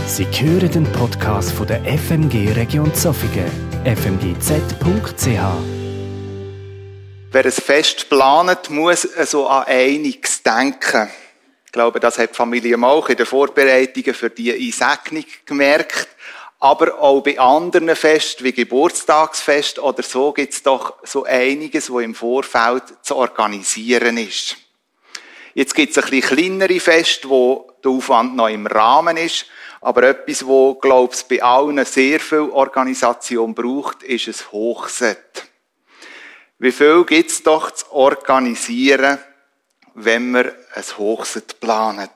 Sie hören den Podcast von der FMG Region Zofingen, fmgz.ch. Wer ein Fest plant, muss so an einiges denken. Ich glaube, das hat die Familie Mauch in den Vorbereitungen für die Einsegnung gemerkt. Aber auch bei anderen Festen, wie Geburtstagsfest oder so, gibt es doch so einiges, was im Vorfeld zu organisieren ist. Jetzt gibt es ein bisschen kleinere Feste, wo der Aufwand noch im Rahmen ist. Aber etwas, wo, glaube ich, bei allen sehr viel Organisation braucht, ist ein Hochset. Wie viel gibt es doch zu organisieren, wenn man ein Hochset plant?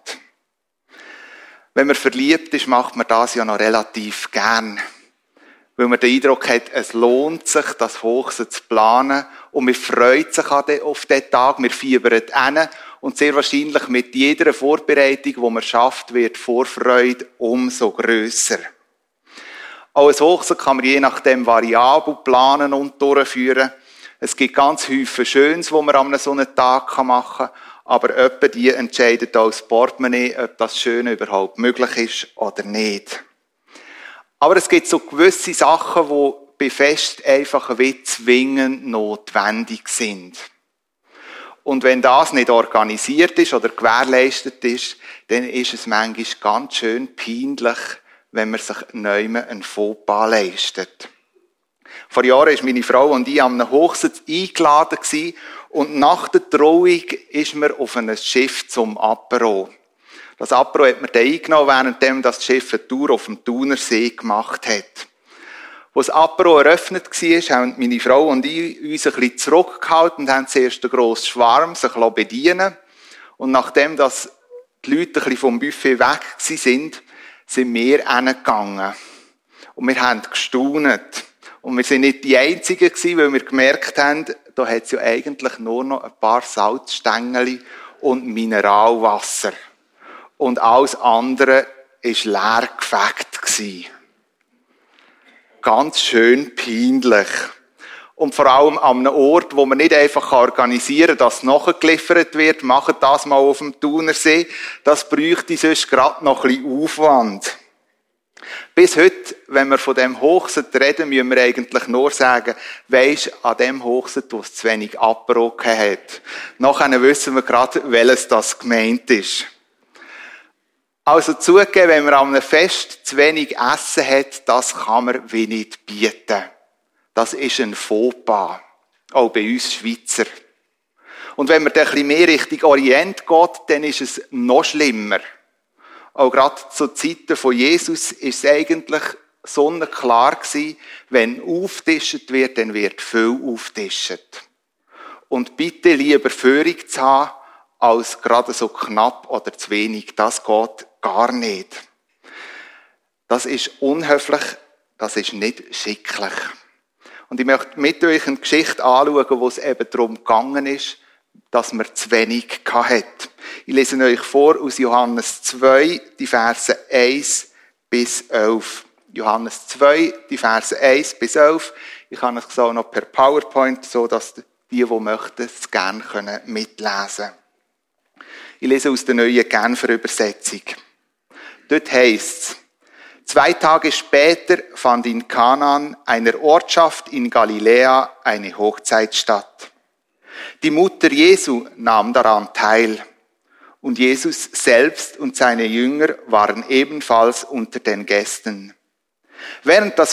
Wenn man verliebt ist, macht man das ja noch relativ gern. Weil man den Eindruck hat, es lohnt sich, das Hochset zu planen. Und man freut sich auf diesen Tag, wir fiebern hin. Und sehr wahrscheinlich mit jeder Vorbereitung, die man schafft, wird die Vorfreude umso grösser. Auch ein Hochset kann man je nachdem variabel planen und durchführen. Es gibt ganz häufig Schönes, was man an so einem Tag machen kann. Aber jemand die entscheidet auch das Portemonnaie, ob das Schöne überhaupt möglich ist oder nicht. Aber es gibt so gewisse Sachen, die bei Fest einfach wie zwingend notwendig sind. Und wenn das nicht organisiert ist oder gewährleistet ist, dann ist es manchmal ganz schön peinlich, wenn man sich neu einen Fauxpas leistet. Vor Jahren war meine Frau und ich an einem Hochset eingeladen und nach der Trauung ist man auf ein Schiff zum Apero. Das Apero hat man dann eingenommen, währenddem das Schiff eine Tour auf dem Thunersee gemacht hat. Als das Apero eröffnet war, haben meine Frau und ich uns ein bisschen zurückgehalten und haben zuerst den grossen Schwarm sich bedienen. Und nachdem das die Leute ein bisschen vom Buffet weg waren, sind wir hingegangen. Und wir haben gestaunt. Und wir sind nicht die Einzigen gewesen, weil wir gemerkt haben, da hat es ja eigentlich nur noch ein paar Salzstängel und Mineralwasser. Und alles andere war leer gefegt gewesen. Ganz schön peinlich. Und vor allem an einem Ort, wo man nicht einfach organisieren kann, dass nachgeliefert wird, macht das mal auf dem Thunersee, das bräuchte sonst gerade noch ein bisschen Aufwand. Bis heute, wenn wir von dem Hochset reden, müssen wir eigentlich nur sagen, weisst, an dem Hochset, wo es zu wenig Apero hat. Nachher wissen wir gerade, welches das gemeint ist. Also zugeben, wenn man an einem Fest zu wenig Essen hat, das kann man wie nicht bieten. Das ist ein Fauxpas. Auch bei uns Schweizer. Und wenn man dann ein bisschen mehr Richtung Orient geht, dann ist es noch schlimmer. Auch gerade zu Zeiten von Jesus ist es eigentlich sonnenklar gewesen, wenn aufgetischt wird, dann wird viel aufgetischt. Und bitte lieber Führung zu haben, als gerade so knapp oder zu wenig. Das geht gar nicht. Das ist unhöflich, das ist nicht schicklich. Und ich möchte mit euch eine Geschichte anschauen, wo es eben darum gegangen ist, dass man zu wenig hat. Ich lese euch vor aus Johannes 2, die Verse 1 bis 11. Johannes 2, die Verse 1 bis 11. Ich habe es auch noch per PowerPoint, so dass die möchten, es gerne mitlesen können. Ich lese aus der neuen Genfer Übersetzung. Dort heisst es: 2 Tage später fand in Kanaan, einer Ortschaft in Galiläa, eine Hochzeit statt. Die Mutter Jesu nahm daran teil. Und Jesus selbst und seine Jünger waren ebenfalls unter den Gästen. Während des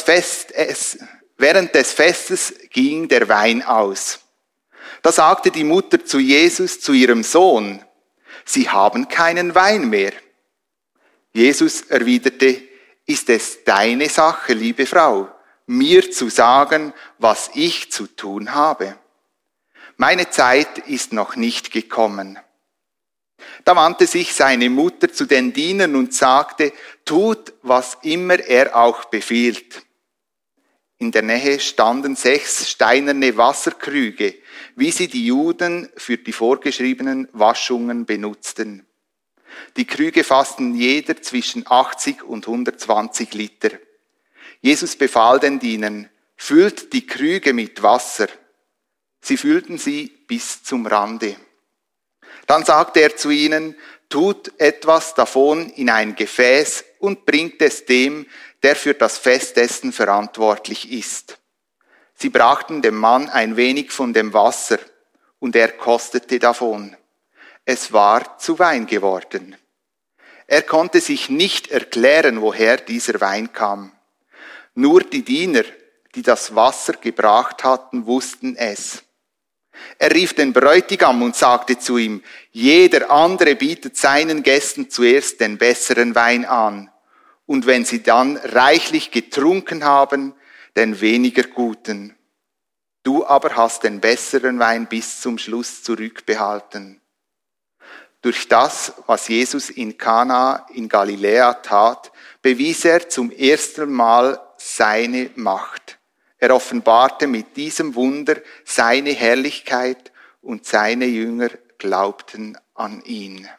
Festes ging der Wein aus. Da sagte die Mutter zu Jesus, zu ihrem Sohn: Sie haben keinen Wein mehr. Jesus erwiderte: Ist es deine Sache, liebe Frau, mir zu sagen, was ich zu tun habe? Meine Zeit ist noch nicht gekommen. Da wandte sich seine Mutter zu den Dienern und sagte: Tut, was immer er auch befiehlt. In der Nähe standen 6 steinerne Wasserkrüge, wie sie die Juden für die vorgeschriebenen Waschungen benutzten. Die Krüge fassten jeder zwischen 80 und 120 Liter. Jesus befahl den Dienern: Füllt die Krüge mit Wasser. Sie füllten sie bis zum Rande. Dann sagte er zu ihnen: Tut etwas davon in ein Gefäß und bringt es dem, der für das Festessen verantwortlich ist. Sie brachten dem Mann ein wenig von dem Wasser, und er kostete davon. Es war zu Wein geworden. Er konnte sich nicht erklären, woher dieser Wein kam. Nur die Diener, die das Wasser gebracht hatten, wussten es. Er rief den Bräutigam und sagte zu ihm, jeder andere bietet seinen Gästen zuerst den besseren Wein an, und wenn sie dann reichlich getrunken haben, den weniger guten. Du aber hast den besseren Wein bis zum Schluss zurückbehalten. Durch das, was Jesus in Kana in Galiläa tat, bewies er zum ersten Mal seine Macht. Er offenbarte mit diesem Wunder seine Herrlichkeit und seine Jünger glaubten an ihn.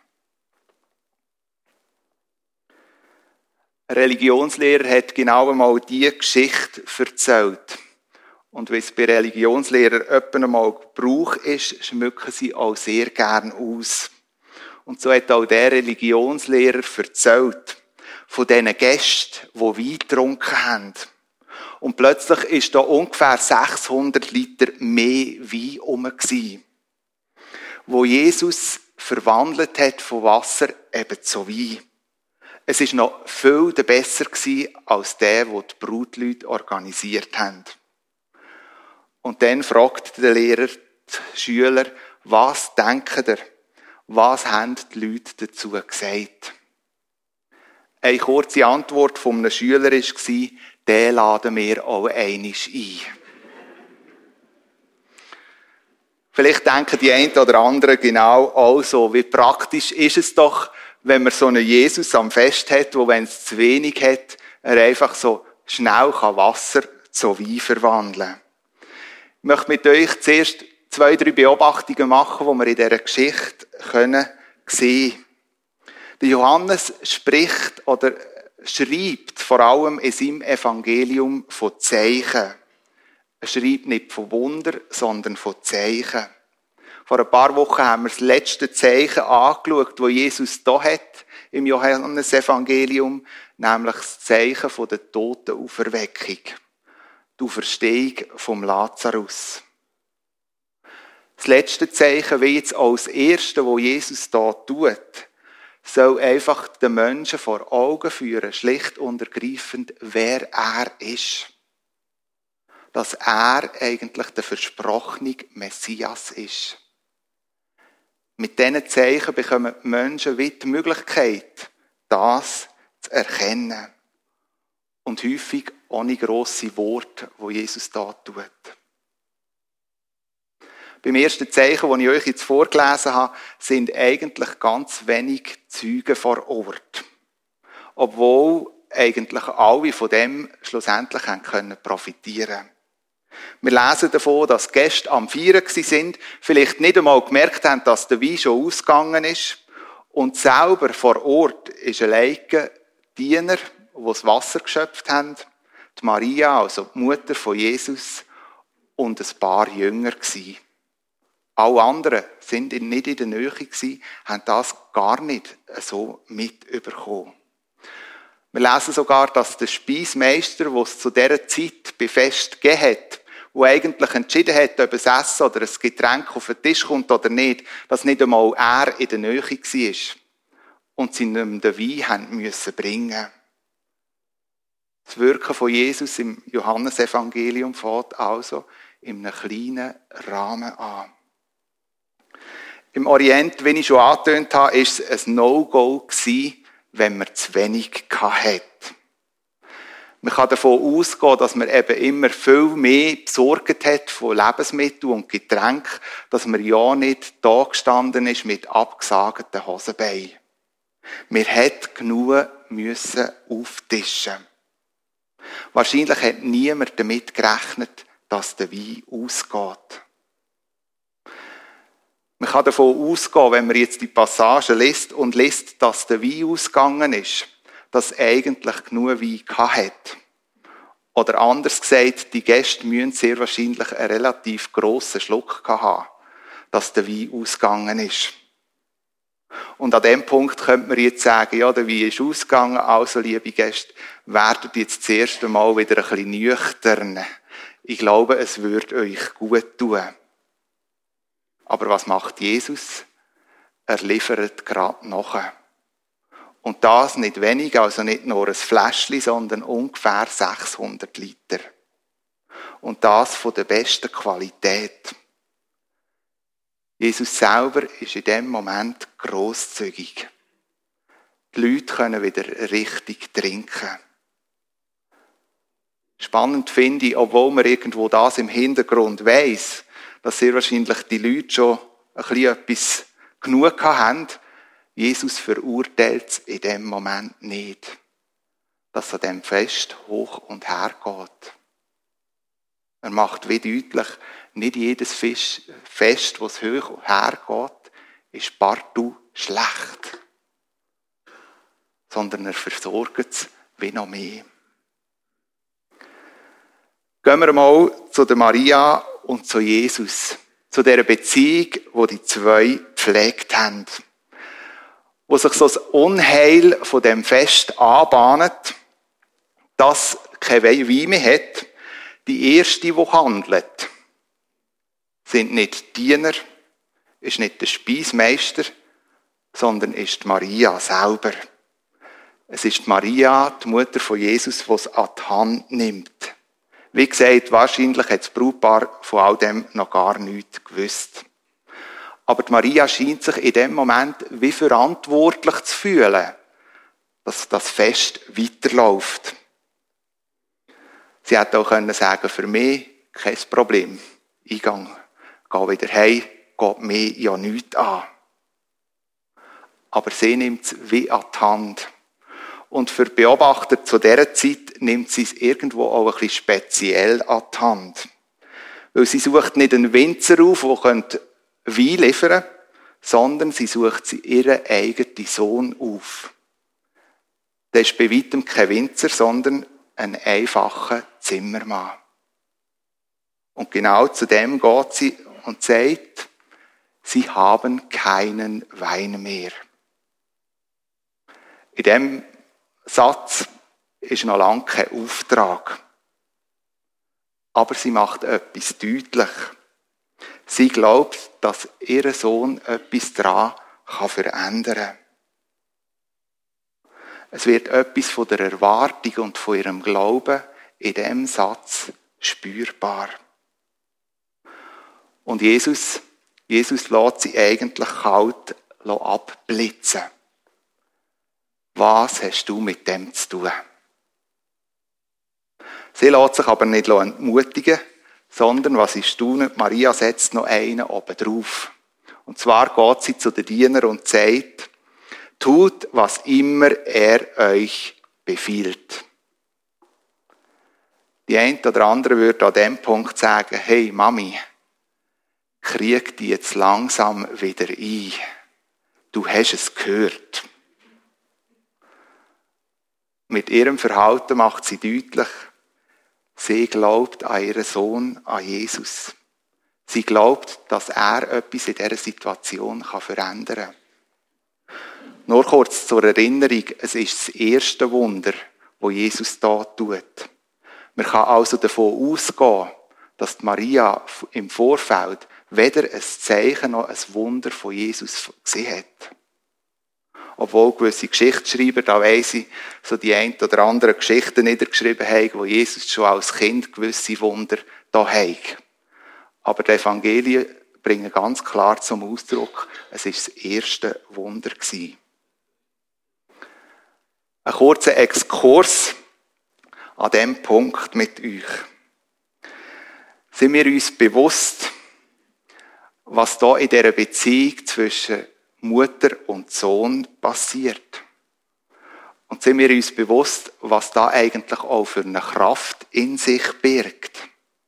Ein Religionslehrer hat genau einmal diese Geschichte erzählt. Und wie es bei Religionslehrern öppen einmal Brauch ist, schmücken sie auch sehr gern aus. Und so hat auch der Religionslehrer erzählt von diesen Gästen, die Wein getrunken haben. Und plötzlich ist da ungefähr 600 Liter mehr Wein herum gsi, wo Jesus verwandelt hat von Wasser eben zu Wein. Es ist noch viel besser gsi als der, den die Brutleute organisiert haben. Und dann fragt der Lehrer die Schüler, was denken ihr? Was haben die Leute dazu gesagt? Eine kurze Antwort von einem Schüler war, den laden wir auch einmal ein. Vielleicht denken die einen oder anderen genau auch so, wie praktisch ist es doch, wenn man so einen Jesus am Fest hat, wo, wenn es zu wenig hat, er einfach so schnell Wasser zu Wein verwandeln kann. Ich möchte mit euch zuerst 2, 3 Beobachtungen machen, die wir in dieser Geschichte sehen können. Der Johannes spricht oder schreibt vor allem in seinem Evangelium von Zeichen. Er schreibt nicht von Wunder, sondern von Zeichen. Vor ein paar Wochen haben wir das letzte Zeichen angeschaut, das Jesus da hat im Johannes-Evangelium, nämlich das Zeichen von der Totenauferweckung, die Auferstehung vom Lazarus. Das letzte Zeichen, wie jetzt auch das erste, das Jesus da tut, soll einfach den Menschen vor Augen führen, schlicht und ergreifend, wer er ist. Dass er eigentlich der versprochene Messias ist. Mit diesen Zeichen bekommen die Menschen wieder die Möglichkeit, das zu erkennen. Und häufig ohne grosse Worte, die Jesus da tut. Beim ersten Zeichen, das ich euch jetzt vorgelesen habe, sind eigentlich ganz wenig Zeugen vor Ort. Obwohl eigentlich alle von dem schlussendlich profitieren können. Wir lesen davon, dass die Gäste am Feiern waren, vielleicht nicht einmal gemerkt haben, dass der Wein schon ausgegangen ist. Und selber vor Ort ist alleine Diener, die das Wasser geschöpft haben, die Maria, also die Mutter von Jesus, und ein paar Jünger gewesen. Alle anderen sind nicht in der Nähe gewesen, haben das gar nicht so mitbekommen. Wir lesen sogar, dass der Speismeister, der es zu dieser Zeit bei Fest gegeben hat, der eigentlich entschieden hat, ob ein Essen oder ein Getränk auf den Tisch kommt oder nicht, dass nicht einmal er in der Nähe war. Und sie ihm den Wein müssen bringen. Das Wirken von Jesus im Johannesevangelium fängt also in einem kleinen Rahmen an. Im Orient, wie ich schon angetönt habe, war es ein No-Go gewesen, wenn man zu wenig hatte. Man kann davon ausgehen, dass man eben immer viel mehr besorgt hat von Lebensmitteln und Getränken, dass man ja nicht da gestanden ist mit abgesagten Hosenbeinen. Man hätte genug müssen auftischen. Wahrscheinlich hat niemand damit gerechnet, dass der Wein ausgeht. Man kann davon ausgehen, wenn man jetzt die Passage liest und liest, dass der Wein ausgegangen ist, dass eigentlich genug Wein hat. Oder anders gesagt, die Gäste müssen sehr wahrscheinlich einen relativ grossen Schluck haben, dass der Wein ausgegangen ist. Und an dem Punkt könnte man jetzt sagen, ja, wie ist ausgegangen? Also, liebe Gäste, werdet jetzt das erste Mal wieder ein bisschen nüchtern. Ich glaube, es würde euch gut tun. Aber was macht Jesus? Er liefert gerade nachher. Und das nicht wenig, also nicht nur ein Fläschchen, sondern ungefähr 600 Liter. Und das von der besten Qualität. Jesus selber ist in dem Moment grosszügig. Die Leute können wieder richtig trinken. Spannend finde ich, obwohl man irgendwo das im Hintergrund weiss, dass sehr wahrscheinlich die Leute schon ein bisschen etwas genug haben, Jesus verurteilt es in dem Moment nicht, dass an dem Fest hoch und her geht. Er macht wie deutlich, nicht jedes Fest, das hoch und her geht, ist partout schlecht. Sondern er versorgt es wie noch mehr. Gehen wir mal zu der Maria und zu Jesus. Zu dieser Beziehung, die die zwei gepflegt haben. Wo sich so das Unheil von dem Fest anbahnt, dass kein Wein mehr hat. Die erste, die handelt, sind nicht die Diener, ist nicht der Speismeister, sondern ist die Maria selber. Es ist die Maria, die Mutter von Jesus, die es an die Hand nimmt. Wie gesagt, wahrscheinlich hat das Brautpaar von all dem noch gar nichts gewusst. Aber die Maria scheint sich in dem Moment wie verantwortlich zu fühlen, dass das Fest weiterläuft. Sie hätte auch sagen können, für mich kein Problem. Ich gehe wieder heim, geht mir ja nichts an. Aber sie nimmt es wie an die Hand. Und für die Beobachter zu dieser Zeit nimmt sie es irgendwo auch ein bisschen speziell an die Hand. Weil sie sucht nicht einen Winzer auf, der Wein liefern könnte, sondern sie sucht ihren eigenen Sohn auf. Der ist bei weitem kein Winzer, sondern ein einfacher Zimmermann. Und genau zu dem geht sie und sagt, sie haben keinen Wein mehr. In dem Satz ist noch lange kein Auftrag. Aber sie macht etwas deutlich. Sie glaubt, dass ihr Sohn etwas daran verändern kann. Es wird etwas von der Erwartung und von ihrem Glauben in diesem Satz spürbar. Und Jesus lässt sie eigentlich kalt abblitzen. Was hast du mit dem zu tun? Sie lässt sich aber nicht entmutigen, sondern, was ich staune, Maria setzt noch einen oben drauf. Und zwar geht sie zu den Dienern und sagt, tut, was immer er euch befiehlt. Die eine oder andere würde an dem Punkt sagen, hey Mami, krieg die jetzt langsam wieder ein. Du hast es gehört. Mit ihrem Verhalten macht sie deutlich, sie glaubt an ihren Sohn, an Jesus. Sie glaubt, dass er etwas in dieser Situation verändern kann. Nur kurz zur Erinnerung, es ist das erste Wunder, das Jesus da tut. Man kann also davon ausgehen, dass die Maria im Vorfeld weder ein Zeichen noch ein Wunder von Jesus gesehen hat. Obwohl gewisse Geschichtsschreiber, da weiss ich, so die ein oder anderen Geschichten niedergeschrieben haben, wo Jesus schon als Kind gewisse Wunder da hat. Aber die Evangelien bringen ganz klar zum Ausdruck, es war das erste Wunder gewesen. Ein kurzer Exkurs an diesem Punkt mit euch. Sind wir uns bewusst, was da in dieser Beziehung zwischen Mutter und Sohn passiert? Und sind wir uns bewusst, was da eigentlich auch für eine Kraft in sich birgt?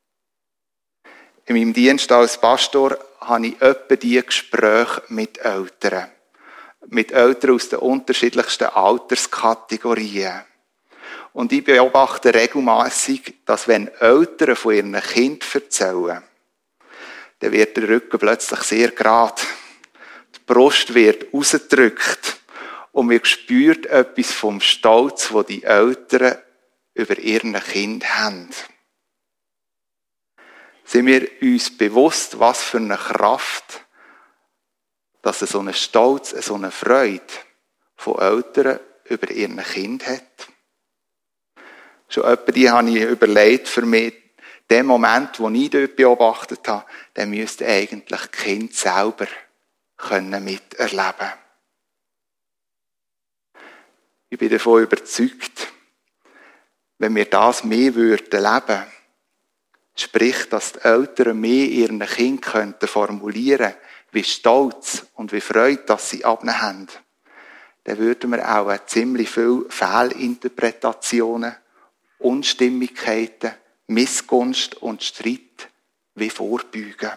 In meinem Dienst als Pastor habe ich etwa diese Gespräche mit Eltern. Mit Eltern aus den unterschiedlichsten Alterskategorien. Und ich beobachte regelmässig, dass wenn Eltern von ihren Kindern erzählen, dann wird der Rücken plötzlich sehr gerade. Die Brust wird rausgedrückt und wir spürt etwas vom Stolz, den die Eltern über ihren Kind haben. Sind wir uns bewusst, was für eine Kraft, dass so einen Stolz, so eine Freude von Eltern über ihren Kind hat? Schon etwa die habe ich überlegt für mich, den Moment, den ich dort beobachtet habe, den müsste eigentlich das Kind selber miterleben können. Ich bin davon überzeugt, wenn wir das mehr würden leben, sprich, dass die Eltern mehr ihren Kindern formulieren könnten, wie stolz und wie Freude, dass sie abnehmen haben, dann würden wir auch ziemlich viele Fehlinterpretationen, Unstimmigkeiten, Missgunst und Streit wie vorbeugen.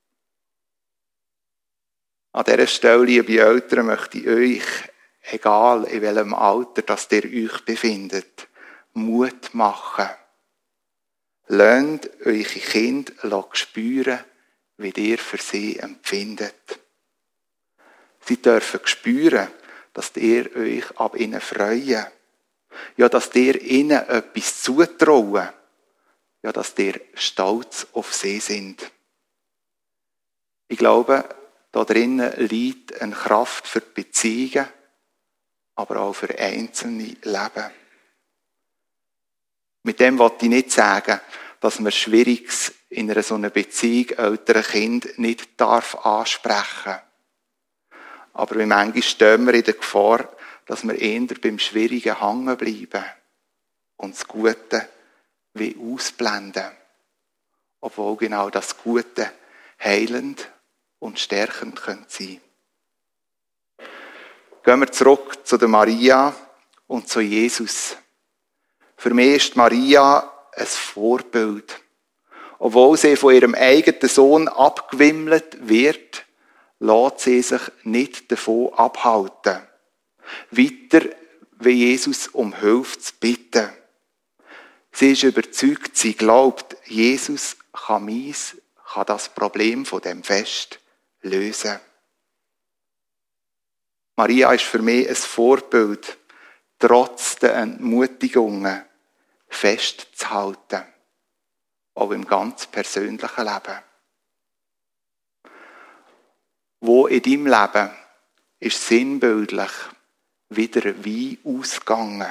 An dieser Stelle, liebe Eltern, möchte ich euch, egal in welchem Alter das ihr euch befindet, Mut machen. Lasst eure Kinder spüren, wie ihr für sie empfindet. Sie dürfen spüren, dass ihr euch ab ihnen freuen. Ja, dass ihr ihnen etwas zutrauen. Ja, dass ihr stolz auf sie sind. Ich glaube, da drinnen liegt eine Kraft für die Beziehungen, aber auch für einzelne Leben. Mit dem wollte ich nicht sagen, dass man Schwieriges in einer so einer Beziehung älteren Kind nicht ansprechen darf. Aber wie manchmal stehen wir in der Gefahr, dass wir eher beim Schwierigen hängen bleiben und das Gute wie ausblenden. Obwohl genau das Gute heilend und stärkend sein könnte. Gehen wir zurück zu der Maria und zu Jesus. Für mich ist Maria ein Vorbild. Obwohl sie von ihrem eigenen Sohn abgewimmelt wird, lässt sie sich nicht davon abhalten, weiter wie Jesus um Hilfe zu bitten. Sie ist überzeugt, sie glaubt, Jesus kann das Problem von dem Fest lösen. Maria ist für mich ein Vorbild, trotz der Entmutigungen festzuhalten, auch im ganz persönlichen Leben. Wo in deinem Leben ist sinnbildlich wieder Wein ausgegangen?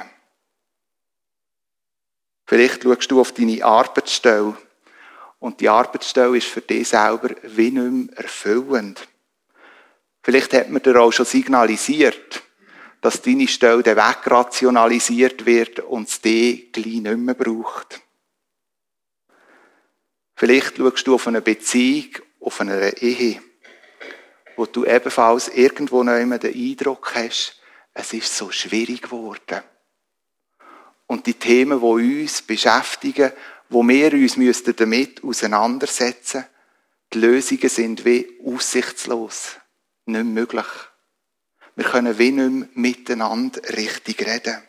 Vielleicht schaust du auf deine Arbeitsstelle und die Arbeitsstelle ist für dich selber wie nicht mehr erfüllend. Vielleicht hat man dir auch schon signalisiert, dass deine Stelle dann wegrationalisiert wird und es dich gleich nicht mehr braucht. Vielleicht schaust du auf eine Beziehung, auf eine Ehe, wo du ebenfalls irgendwo noch immer den Eindruck hast, es ist so schwierig geworden. Und die Themen, die uns beschäftigen, wo wir uns damit auseinandersetzen müssten, die Lösungen sind wie aussichtslos, nicht möglich. Wir können wie nicht mehr miteinander richtig reden.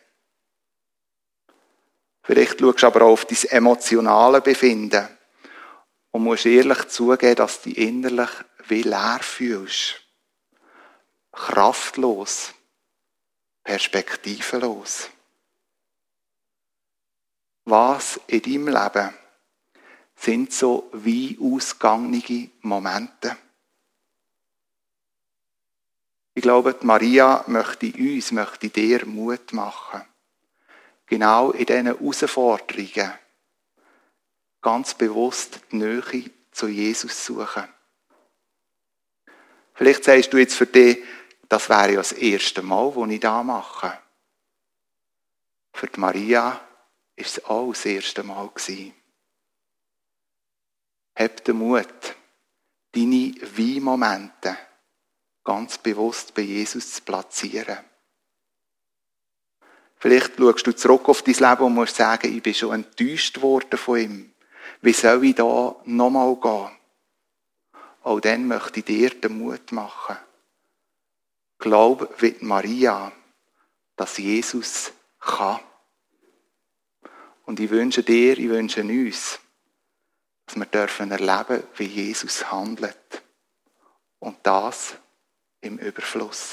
Vielleicht schaust du aber auch auf dein emotionale Befinden und musst ehrlich zugeben, dass du dich innerlich wie leer fühlst. Kraftlos, perspektivenlos. Was in deinem Leben sind so wie ausgegangene Momente? Ich glaube, die Maria möchte dir Mut machen. Genau in diesen Herausforderungen ganz bewusst die Nähe zu Jesus suchen. Vielleicht sagst du jetzt für dich, das wäre ja das erste Mal, das ich das mache. Für die Maria war es auch das erste Mal. Hab den Mut, deine Weinmomente ganz bewusst bei Jesus zu platzieren. Vielleicht schaust du zurück auf dein Leben und musst sagen, ich bin schon enttäuscht worden von ihm. Wie soll ich da nochmal gehen? Auch dann möchte ich dir den Mut machen. Glaub wie Maria, dass Jesus kann. Und ich wünsche uns, dass wir erleben dürfen, wie Jesus handelt. Und das im Überfluss.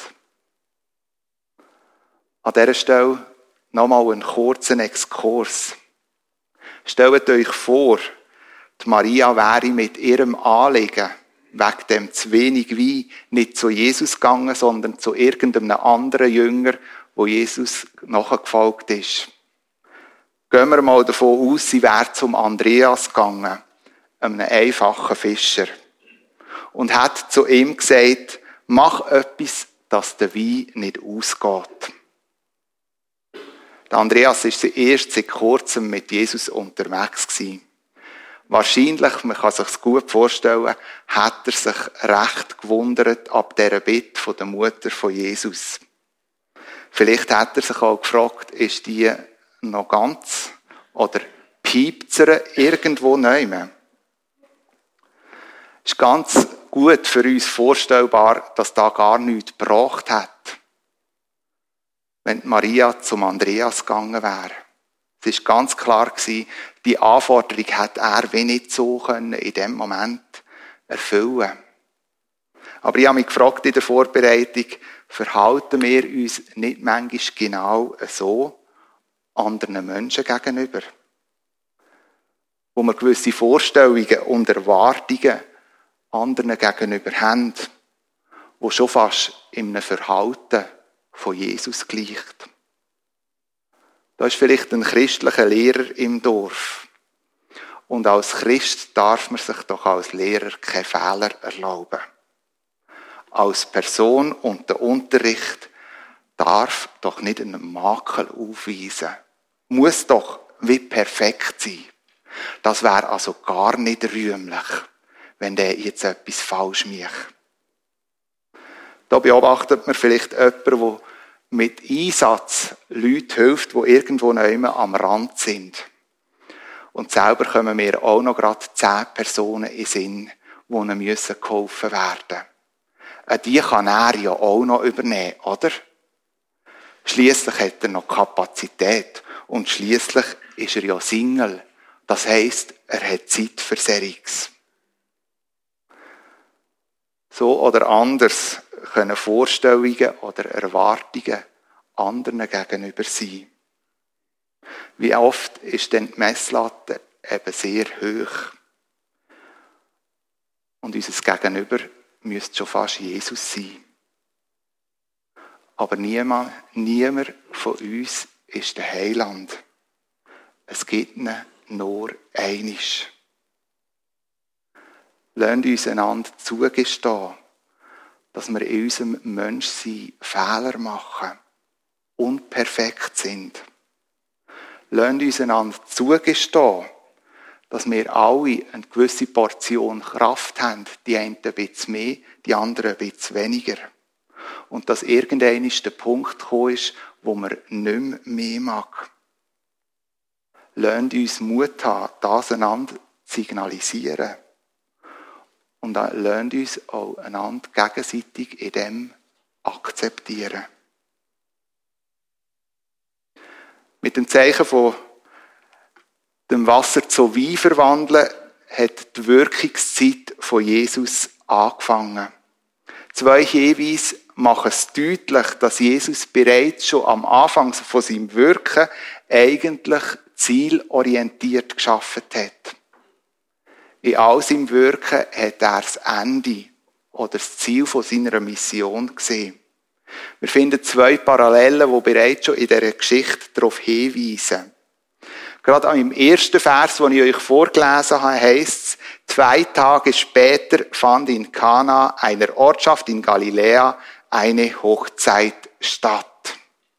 An dieser Stelle nochmal einen kurzen Exkurs. Stellt euch vor, die Maria wäre mit ihrem Anliegen wegen dem zu wenig Wein nicht zu Jesus gegangen, sondern zu irgendeinem anderen Jünger, wo Jesus nachgefolgt ist. Gehen wir mal davon aus, sie wäre zum Andreas gegangen, einem einfachen Fischer, und hat zu ihm gesagt, mach etwas, dass der Wein nicht ausgeht. Der Andreas war erst seit kurzem mit Jesus unterwegs gewesen. Wahrscheinlich, man kann sich gut vorstellen, hat er sich recht gewundert ab dieser Bitte von der Mutter von Jesus. Vielleicht hat er sich auch gefragt, ist die noch ganz oder piept sie irgendwo neu? Es ist ganz gut für uns vorstellbar, dass da gar nichts gebracht hat, wenn Maria zum Andreas gegangen wäre. Es war ganz klar, die Anforderung hat er wie nicht so können in dem Moment erfüllen. Aber ich habe mich gefragt in der Vorbereitung, verhalten wir uns nicht manchmal genau so anderen Menschen gegenüber? Wo wir gewisse Vorstellungen und Erwartungen anderen gegenüber haben, wo schon fast in einem Verhalten von Jesus gleicht. Da ist vielleicht ein christlicher Lehrer im Dorf. Und als Christ darf man sich doch als Lehrer keine Fehler erlauben. Als Person und der Unterricht darf doch nicht einen Makel aufweisen. Muss doch wie perfekt sein. Das wäre also gar nicht rühmlich, wenn der jetzt etwas falsch macht. Da beobachtet man vielleicht jemanden, der mit Einsatz Leute hilft, die irgendwo noch am Rand sind. Und selber kommen mir auch noch gerade 10 Personen in den Sinn, die ihnen geholfen werden müssen. Die kann er ja auch noch übernehmen, oder? Schliesslich hat er noch Kapazität und schliesslich ist er ja Single. Das heisst, er hat Zeit für Serix. So oder anders können Vorstellungen oder Erwartungen anderen gegenüber sein. Wie oft ist denn die Messlatte eben sehr hoch? Und unser Gegenüber müsste schon fast Jesus sein. Aber niemand von uns ist der Heiland. Es gibt ihn nur einisch. Lasst uns einander zugestehen, dass wir in unserem Menschsein Fehler machen, unperfekt sind. Lasst uns einander zugestehen, dass wir alle eine gewisse Portion Kraft haben, die einen ein bisschen mehr, die anderen ein bisschen weniger. Und dass irgendwann der Punkt gekommen ist, wo man nicht mehr mag. Lasst uns Mut haben, das einander zu signalisieren. Und lasst uns auch einander gegenseitig in dem akzeptieren. Mit dem Zeichen von dem Wasser zu Wein verwandeln, hat die Wirkungszeit von Jesus angefangen. 2 Hinweise machen es deutlich, dass Jesus bereits schon am Anfang von seinem Wirken eigentlich zielorientiert geschaffen hat. In all seinem Wirken hat er das Ende oder das Ziel von seiner Mission gesehen. Wir finden 2 Parallelen, die bereits schon in dieser Geschichte darauf hinweisen. Gerade im ersten Vers, den ich euch vorgelesen habe, heisst es, 2 Tage später fand in Kana, einer Ortschaft in Galiläa, eine Hochzeit statt.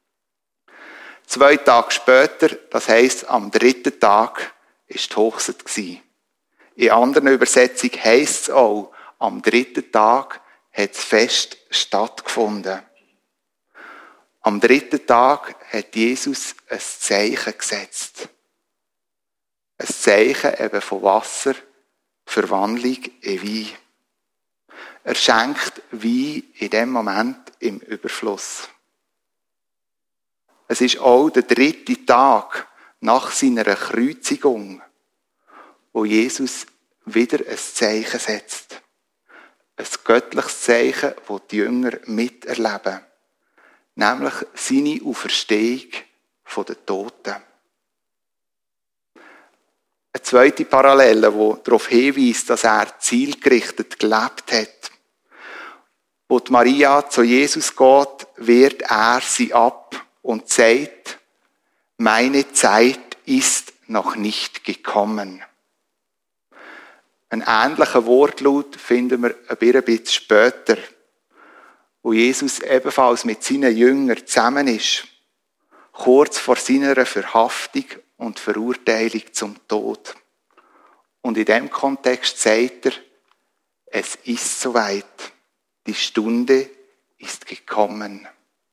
2 Tage später, das heisst am 3. Tag, war die Hochzeit gewesen. In anderen Übersetzungen heisst es auch, am 3. Tag hat das Fest stattgefunden. Am 3. Tag hat Jesus ein Zeichen gesetzt. Ein Zeichen eben von Wasser, Verwandlung in Wein. Er schenkt Wein in dem Moment im Überfluss. Es ist auch der 3. Tag nach seiner Kreuzigung, wo Jesus wieder ein Zeichen setzt. ein göttliches Zeichen, das die Jünger miterleben. Nämlich seine Auferstehung von den Toten. Eine zweite Parallele, die darauf hinweist, dass er zielgerichtet gelebt hat. Wo die Maria zu Jesus geht, wehrt er sie ab und sagt, meine Zeit ist noch nicht gekommen. Einen ähnlichen Wortlaut finden wir ein bisschen später, wo Jesus ebenfalls mit seinen Jüngern zusammen ist, kurz vor seiner Verhaftung und Verurteilung zum Tod. Und in diesem Kontext sagt er, es ist soweit, die Stunde ist gekommen.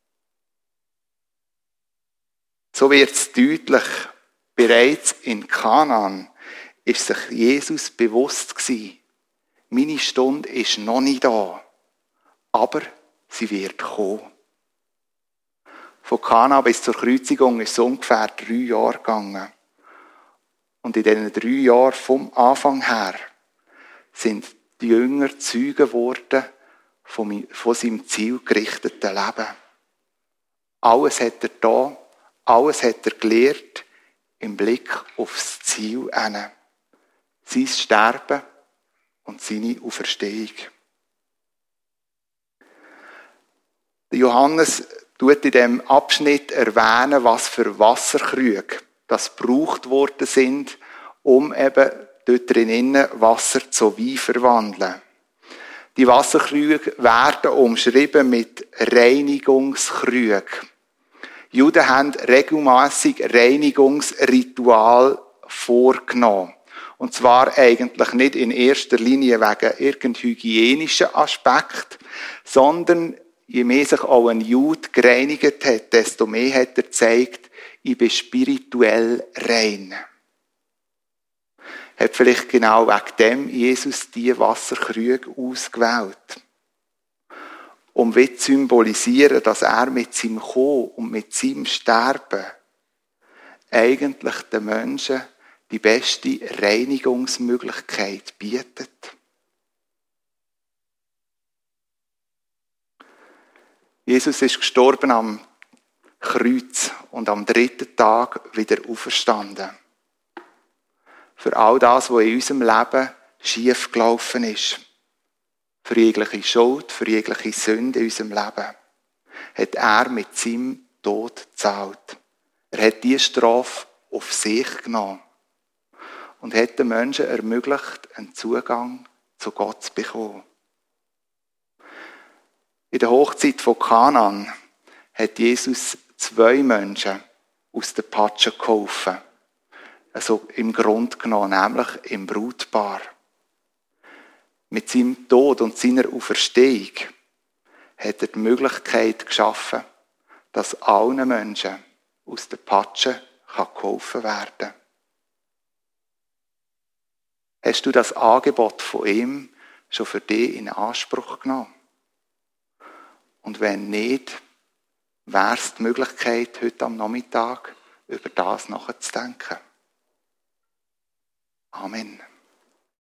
So wird es deutlich, bereits in Kanaan ist sich Jesus bewusst gewesen, meine Stunde ist noch nicht da, aber sie wird kommen. Von Kana bis zur Kreuzigung ist es ungefähr 3 Jahre gegangen. Und in diesen 3 Jahren vom Anfang her sind die Jünger Zeugen geworden von seinem zielgerichteten Leben. Alles hat er da, alles hat er gelehrt im Blick aufs Ziel hin. Sein Sterben und seine Auferstehung. Johannes tut in diesem Abschnitt erwähnen, was für Wasserkrüge das gebraucht worden sind, um eben dort drinnen Wasser zu Wein zu verwandeln. Die Wasserkrüge werden umschrieben mit Reinigungskrügen. Juden haben regelmässig Reinigungsritual vorgenommen. Und zwar eigentlich nicht in erster Linie wegen irgendeinem hygienischen Aspekt, sondern je mehr sich auch ein Jude gereinigt hat, desto mehr hat er gezeigt, ich bin spirituell rein. Hat vielleicht genau wegen dem Jesus diese Wasserkrüge ausgewählt. Um zu symbolisieren, dass er mit seinem Kommen und mit seinem Sterben eigentlich den Menschen die beste Reinigungsmöglichkeit bietet. Jesus ist gestorben am Kreuz und am 3. Tag wieder auferstanden. Für all das, was in unserem Leben schief gelaufen ist. Für jegliche Schuld, für jegliche Sünde in unserem Leben. Hat er mit seinem Tod gezahlt. Er hat diese Strafe auf sich genommen. Und hat den Menschen ermöglicht, einen Zugang zu Gott zu bekommen. In der Hochzeit von Kanaan hat Jesus 2 Menschen aus der Patsche geholfen. Also im Grund genommen, nämlich im Brautpaar. Mit seinem Tod und seiner Auferstehung hat er die Möglichkeit geschaffen, dass allen Menschen aus der Patsche geholfen werden kann. Hast du das Angebot von ihm schon für dich in Anspruch genommen? Und wenn nicht, wäre es die Möglichkeit, heute am Nachmittag über das nachzudenken. Amen.